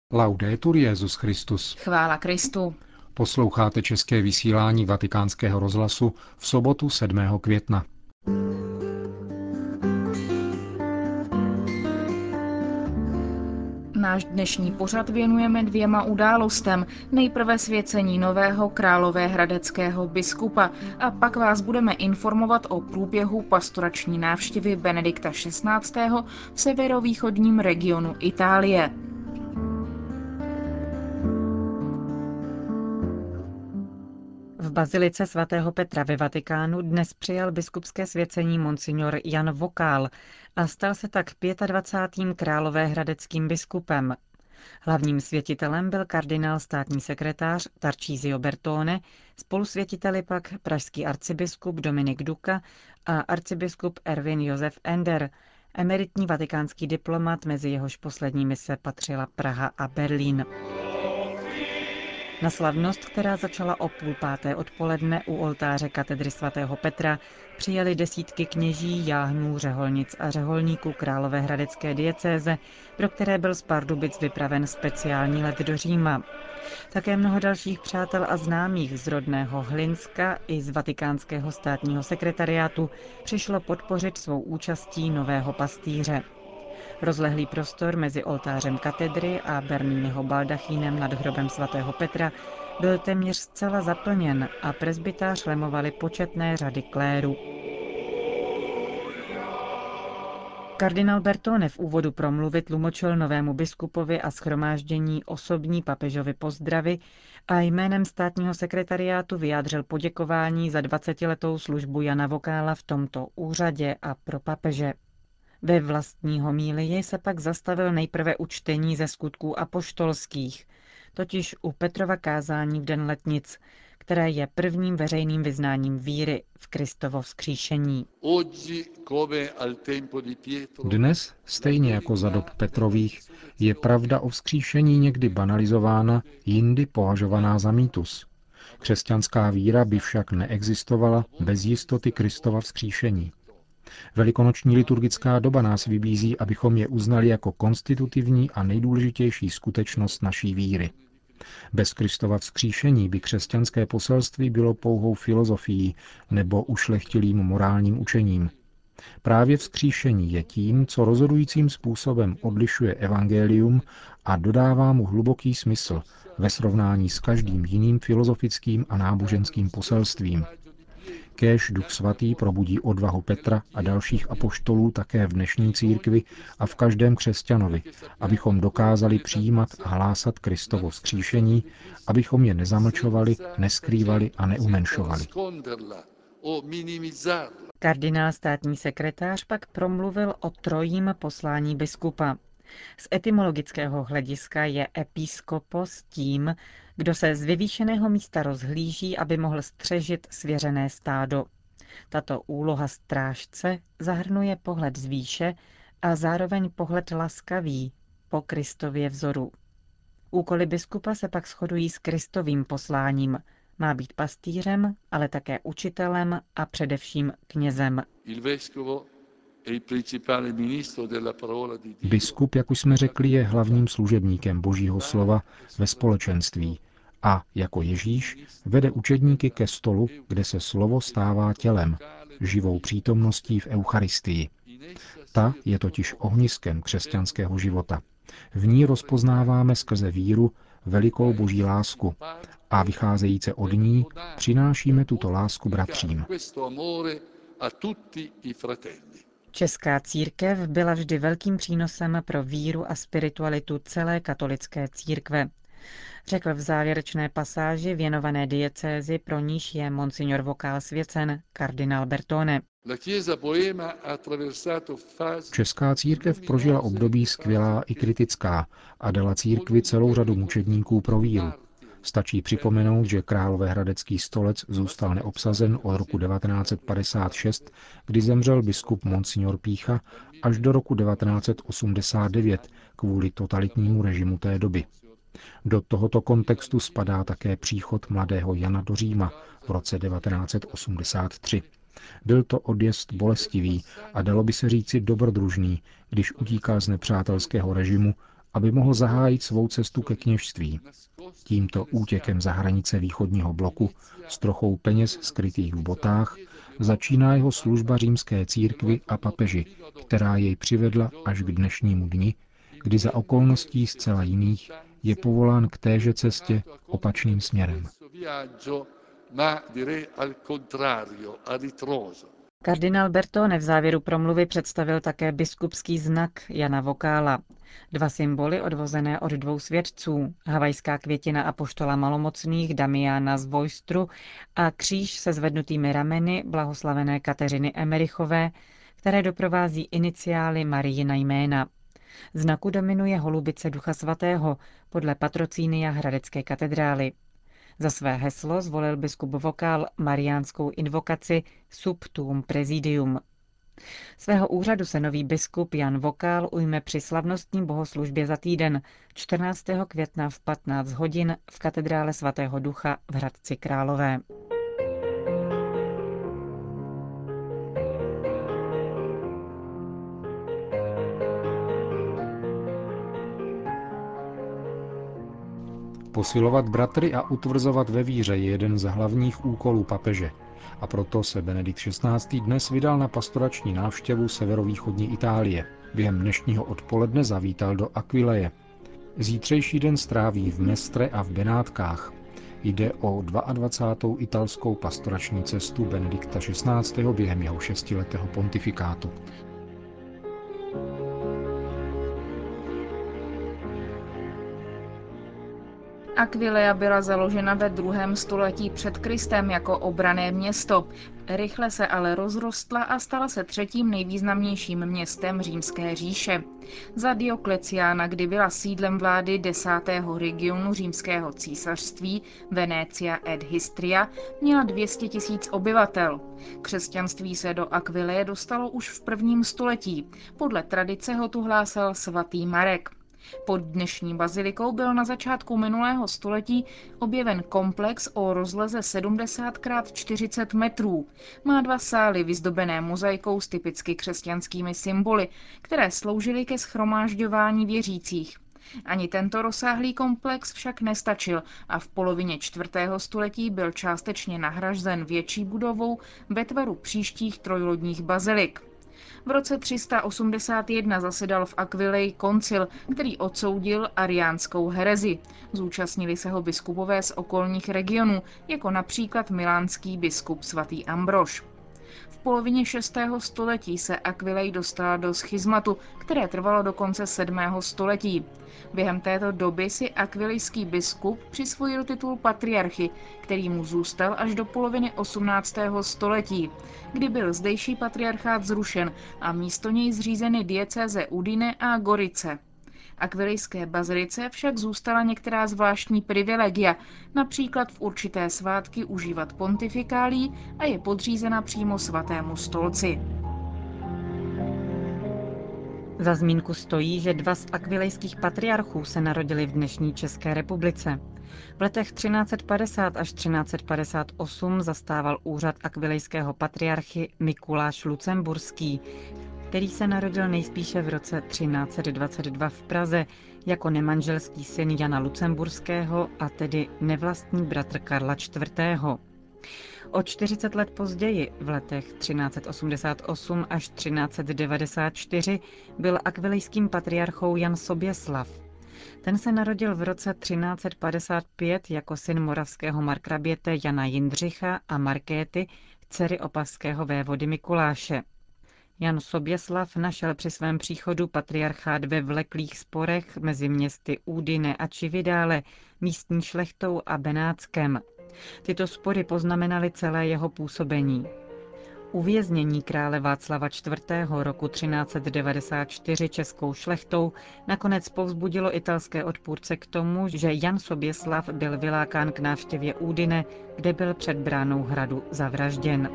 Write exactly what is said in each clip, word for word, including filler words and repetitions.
Laudetur Jesus Christus. Chvála Kristu. Posloucháte české vysílání Vatikánského rozhlasu v sobotu sedmého května. Náš dnešní pořad věnujeme dvěma událostem. Nejprve svěcení nového královéhradeckého biskupa a pak vás budeme informovat o průběhu pastorační návštěvy Benedikta šestnáctého. v severovýchodním regionu Itálie. V bazilice svatého Petra ve Vatikánu dnes přijal biskupské svěcení monsignor Jan Vokál a stal se tak dvacátým pátým královéhradeckým biskupem. Hlavním světitelem byl kardinál státní sekretář Tarcísio Bertone, spolusvětiteli pak pražský arcibiskup Dominik Duka a arcibiskup Erwin Josef Ender, emeritní vatikánský diplomat, mezi jehož posledními se patřila Praha a Berlín. Na slavnost, která začala o půl páté odpoledne u oltáře katedry svatého Petra, přijeli desítky kněží, jáhnů, řeholnic a řeholníků královéhradecké diecéze, pro které byl z Pardubic vypraven speciální let do Říma. Také mnoho dalších přátel a známých z rodného Hlinska i z vatikánského státního sekretariátu přišlo podpořit svou účastí nového pastýře. Rozlehlý prostor mezi oltářem katedry a Berniniho baldachínem nad hrobem svatého Petra byl téměř zcela zaplněn a presbytář lemovaly početné řady kléru. Kardinál Bertone v úvodu promluvy tlumočil novému biskupovi a shromáždění osobní papežovy pozdravy a jménem státního sekretariátu vyjádřil poděkování za dvacetiletou službu Jana Vokála v tomto úřadě a pro papeže. Ve vlastní homílii se pak zastavil nejprve u čtení ze skutků apoštolských, totiž u Petrova kázání v den letnic, které je prvním veřejným vyznáním víry v Kristovo vzkříšení. Dnes, stejně jako za dob Petrových, je pravda o vzkříšení někdy banalizována, jindy považovaná za mýtus. Křesťanská víra by však neexistovala bez jistoty Kristova vzkříšení. Velikonoční liturgická doba nás vybízí, abychom je uznali jako konstitutivní a nejdůležitější skutečnost naší víry. Bez Kristova vzkříšení by křesťanské poselství bylo pouhou filozofií nebo ušlechtilým morálním učením. Právě vzkříšení je tím, co rozhodujícím způsobem odlišuje evangelium a dodává mu hluboký smysl ve srovnání s každým jiným filozofickým a náboženským poselstvím. Kéž Duch Svatý probudí odvahu Petra a dalších apoštolů také v dnešní církvi a v každém křesťanovi, abychom dokázali přijímat a hlásat Kristovo vzkříšení, abychom je nezamlčovali, neskrývali a neumenšovali. Kardinál státní sekretář pak promluvil o trojím poslání biskupa. Z etymologického hlediska je episkopos tím, kdo se z vyvýšeného místa rozhlíží, aby mohl střežit svěřené stádo. Tato úloha strážce zahrnuje pohled z výše a zároveň pohled laskavý, po Kristově vzoru. Úkoly biskupa se pak shodují s Kristovým posláním. Má být pastýřem, ale také učitelem a především knězem. Biskup, jak už jsme řekli, je hlavním služebníkem Božího slova ve společenství a, jako Ježíš, vede učedníky ke stolu, kde se slovo stává tělem, živou přítomností v Eucharistii. Ta je totiž ohniskem křesťanského života. V ní rozpoznáváme skrze víru velikou Boží lásku a vycházejíce od ní přinášíme tuto lásku bratřím. Česká církev byla vždy velkým přínosem pro víru a spiritualitu celé katolické církve, řekl v závěrečné pasáži věnované diecézi, pro níž je monsignor Vokál svěcen, kardinál Bertone. Česká církev prožila období skvělá i kritická a dala církvi celou řadu mučedníků pro víru. Stačí připomenout, že královéhradecký stolec zůstal neobsazen od roku devatenáct set padesát šest, kdy zemřel biskup monsignor Pícha, až do roku devatenáct set osmdesát devět kvůli totalitnímu režimu té doby. Do tohoto kontextu spadá také příchod mladého Jana do Říma v roce devatenáct set osmdesát tři. Byl to odjezd bolestivý a dalo by se říci dobrodružný, když utíkal z nepřátelského režimu, aby mohl zahájit svou cestu ke kněžství. Tímto útěkem za hranice východního bloku s trochou peněz skrytých v botách začíná jeho služba římské církvi a papeži, která jej přivedla až k dnešnímu dni, kdy za okolností zcela jiných je povolán k téže cestě opačným směrem. Kardinál Bertone v závěru promluvy představil také biskupský znak Jana Vokála. Dva symboly odvozené od dvou světců, havajská květina apoštola malomocných Damiana z Vojstru a kříž se zvednutými rameny blahoslavené Kateřiny Emerichové, které doprovází iniciály Marijina jména. Znaku dominuje holubice Ducha svatého podle patrocínia hradecké katedrály. Za své heslo zvolil biskup Vokál mariánskou invokaci Sub tuum presidium. Svého úřadu se nový biskup Jan Vokál ujme při slavnostní bohoslužbě za týden čtrnáctého května v patnáct hodin v katedrále svatého Ducha v Hradci Králové. Posilovat bratry a utvrzovat ve víře je jeden z hlavních úkolů papeže. A proto se Benedikt šestnáctý dnes vydal na pastorační návštěvu severovýchodní Itálie. Během dnešního odpoledne zavítal do Aquileje. Zítřejší den stráví v Mestre a v Benátkách. Jde o dvacátou druhou italskou pastorační cestu Benedikta šestnáctého během jeho šestiletého pontifikátu. Aquileja byla založena ve druhém století před Kristem jako obranné město. Rychle se ale rozrostla a stala se třetím nejvýznamnějším městem Římské říše. Za Diokleciána, kdy byla sídlem vlády desátého regionu římského císařství Venecia et Histria, měla dvě stě tisíc obyvatel. Křesťanství se do Aquileje dostalo už v prvním století. Podle tradice ho tu hlásal svatý Marek. Pod dnešní bazilikou byl na začátku minulého století objeven komplex o rozleze sedmdesát krát čtyřicet metrů. Má dva sály vyzdobené mozaikou s typicky křesťanskými symboly, které sloužily ke shromážďování věřících. Ani tento rozsáhlý komplex však nestačil a v polovině čtvrtého století byl částečně nahrazen větší budovou ve tvaru příštích trojlodních bazilik. V roce tři sta osmdesát jedna zasedal v Aquileji koncil, který odsoudil ariánskou herezi. Zúčastnili se ho biskupové z okolních regionů, jako například milánský biskup svatý Ambrož. V polovině šestého století se Aquileja dostala do schizmatu, které trvalo do konce sedmého století. Během této doby si aquilijský biskup přisvojil titul patriarchy, který mu zůstal až do poloviny osmnáctého století, kdy byl zdejší patriarchát zrušen a místo něj zřízeny diecéze Udine a Gorice. Aquilijské bazilice však zůstala některá zvláštní privilegia, například v určité svátky užívat pontifikálí a je podřízena přímo svatému stolci. Za zmínku stojí, že dva z akvilejských patriarchů se narodili v dnešní České republice. V letech třináct set padesát až třináct set padesát osm zastával úřad akvilejského patriarchy Mikuláš Lucemburský, který se narodil nejspíše v roce třináct set dvacet dva v Praze jako nemanželský syn Jana Lucemburského a tedy nevlastní bratr Karla čtvrtého. O čtyřicet let později, v letech třináct set osmdesát osm až třináct set devadesát čtyři, byl akvilejským patriarchou Jan Soběslav. Ten se narodil v roce třináct set padesát pět jako syn moravského markraběte Jana Jindřicha a Markéty, dcery opavského vévody Mikuláše. Jan Soběslav našel při svém příchodu patriarchát ve vleklých sporech mezi městy Údine a Cividale, místní šlechtou a Benátskem. Tyto spory poznamenaly celé jeho působení. Uvěznění krále Václava čtvrtého. roku třináct set devadesát čtyři českou šlechtou nakonec povzbudilo italské odpůrce k tomu, že Jan Soběslav byl vylákán k návštěvě Údine, kde byl před bránou hradu zavražděn.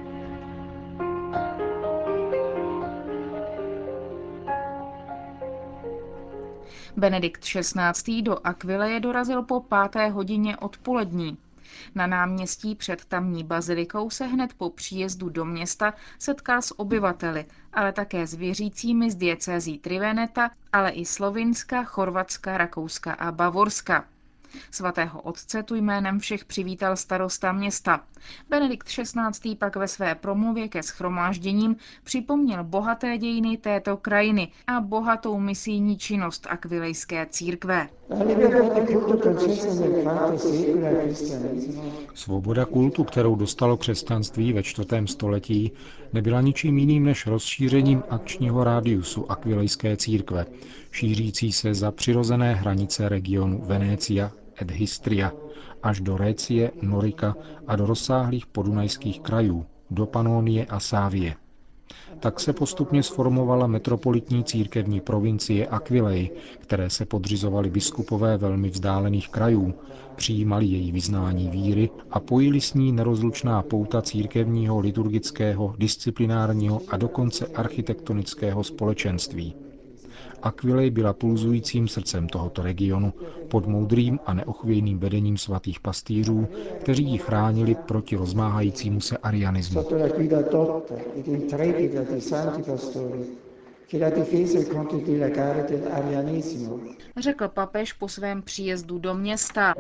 Benedikt šestnáctý. do Aquileje dorazil po páté hodině odpolední. Na náměstí před tamní bazilikou se hned po příjezdu do města setkal s obyvateli, ale také s věřícími z diecézí Triveneta, ale i Slovinska, Chorvatska, Rakouska a Bavorska. Svatého otce tu jménem všech přivítal starosta města. Benedikt šestnáctý pak ve své promluvě ke shromážděním připomněl bohaté dějiny této krajiny a bohatou misijní činnost Akvilejské církve. Svoboda kultu, kterou dostalo křesťanství ve čtvrtém století, nebyla ničím jiným než rozšířením akčního rádiusu Akvilejské církve, šířící se za přirozené hranice regionu Venecia et Histria až do Récie, Norika a do rozsáhlých podunajských krajů, do Panonie a Sávie. Tak se postupně sformovala metropolitní církevní provincie Akvilej, které se podřizovaly biskupové velmi vzdálených krajů, přijímali její vyznání víry a pojili s ní nerozlučná pouta církevního, liturgického, disciplinárního a dokonce architektonického společenství. Akvilej byla pulzujícím srdcem tohoto regionu pod moudrým a neochvějným vedením svatých pastýřů, kteří ji chránili proti rozmáhajícímu se arianismu. Řekl papež po svém příjezdu do města.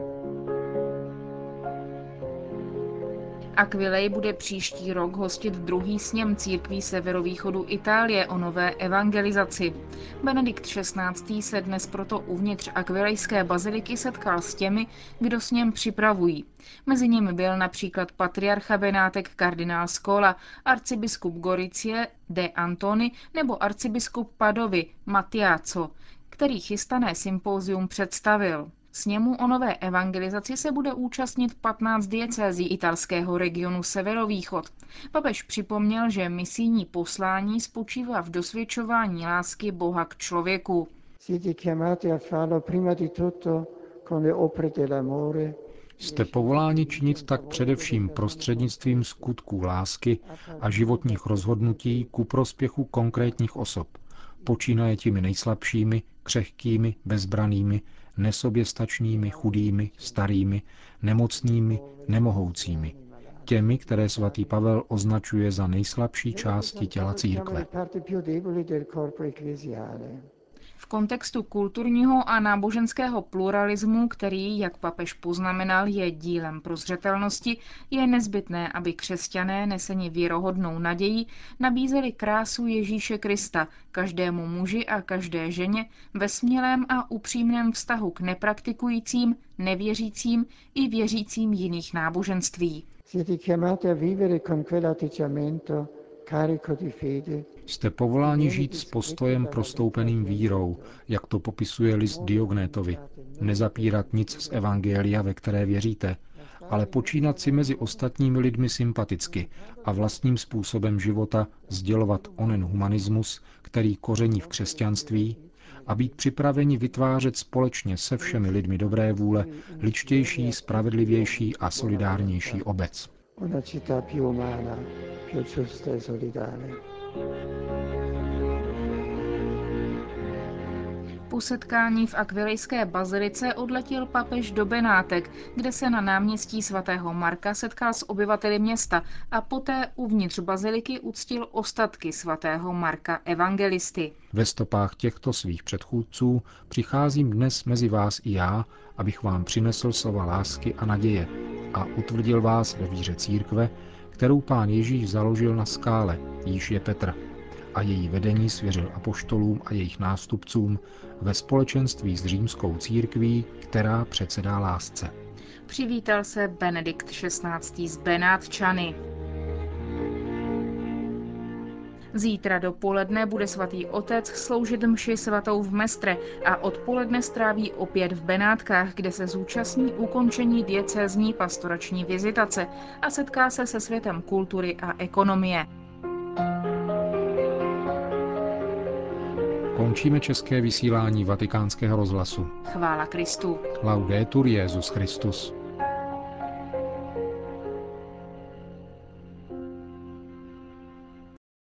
Akvilej bude příští rok hostit druhý sněm církví severovýchodu Itálie o nové evangelizaci. Benedikt šestnáctý se dnes proto uvnitř Akvilejské baziliky setkal s těmi, kdo sněm připravují. Mezi nimi byl například patriarcha Benátek kardinál Scola, arcibiskup Goricie de Antoni nebo arcibiskup Padovy Mattiaco, který chystané sympózium představil. Sněmu o nové evangelizaci se bude účastnit patnáct diecézí italského regionu Severovýchod. Papež připomněl, že misijní poslání spočívá v dosvědčování lásky Boha k člověku. Jste povoláni činit tak především prostřednictvím skutků lásky a životních rozhodnutí ku prospěchu konkrétních osob, počínaje těmi nejslabšími, křehkými, bezbrannými, nesoběstačnými, chudými, starými, nemocnými, nemohoucími, těmi, které svatý Pavel označuje za nejslabší části těla církve. V kontextu kulturního a náboženského pluralismu, který, jak papež poznamenal, je dílem prozřetelnosti, je nezbytné, aby křesťané neseni věrohodnou naději nabízeli krásu Ježíše Krista každému muži a každé ženě ve smělém a upřímném vztahu k nepraktikujícím, nevěřícím i věřícím jiných náboženství. Jste povoláni žít s postojem prostoupeným vírou, jak to popisuje list Diognétovi. Nezapírat nic z evangelia, ve které věříte, ale počínat si mezi ostatními lidmi sympaticky a vlastním způsobem života sdělovat onen humanismus, který koření v křesťanství, a být připraveni vytvářet společně se všemi lidmi dobré vůle ličtější, spravedlivější a solidárnější obec. Una città più umana, più giusta e solidale. Po setkání v Akvilejské bazilice odletěl papež do Benátek, kde se na náměstí svatého Marka setkal s obyvateli města a poté uvnitř baziliky uctil ostatky svatého Marka evangelisty. Ve stopách těchto svých předchůdců přicházím dnes mezi vás i já, abych vám přinesl slova lásky a naděje a utvrdil vás ve víře církve, kterou Pán Ježíš založil na skále, jíž je Petr, a její vedení svěřil apoštolům a jejich nástupcům ve společenství s římskou církví, která předsedá lásce. Přivítal se Benedikt šestnáctý z Benátčany. Zítra dopoledne bude svatý otec sloužit mši svatou v Mestre a odpoledne stráví opět v Benátkách, kde se zúčastní ukončení diecézní pastorační vizitace a setká se se světem kultury a ekonomie. Končíme české vysílání Vatikánského rozhlasu. Chvála Kristu. Laudetur Jesus Christus.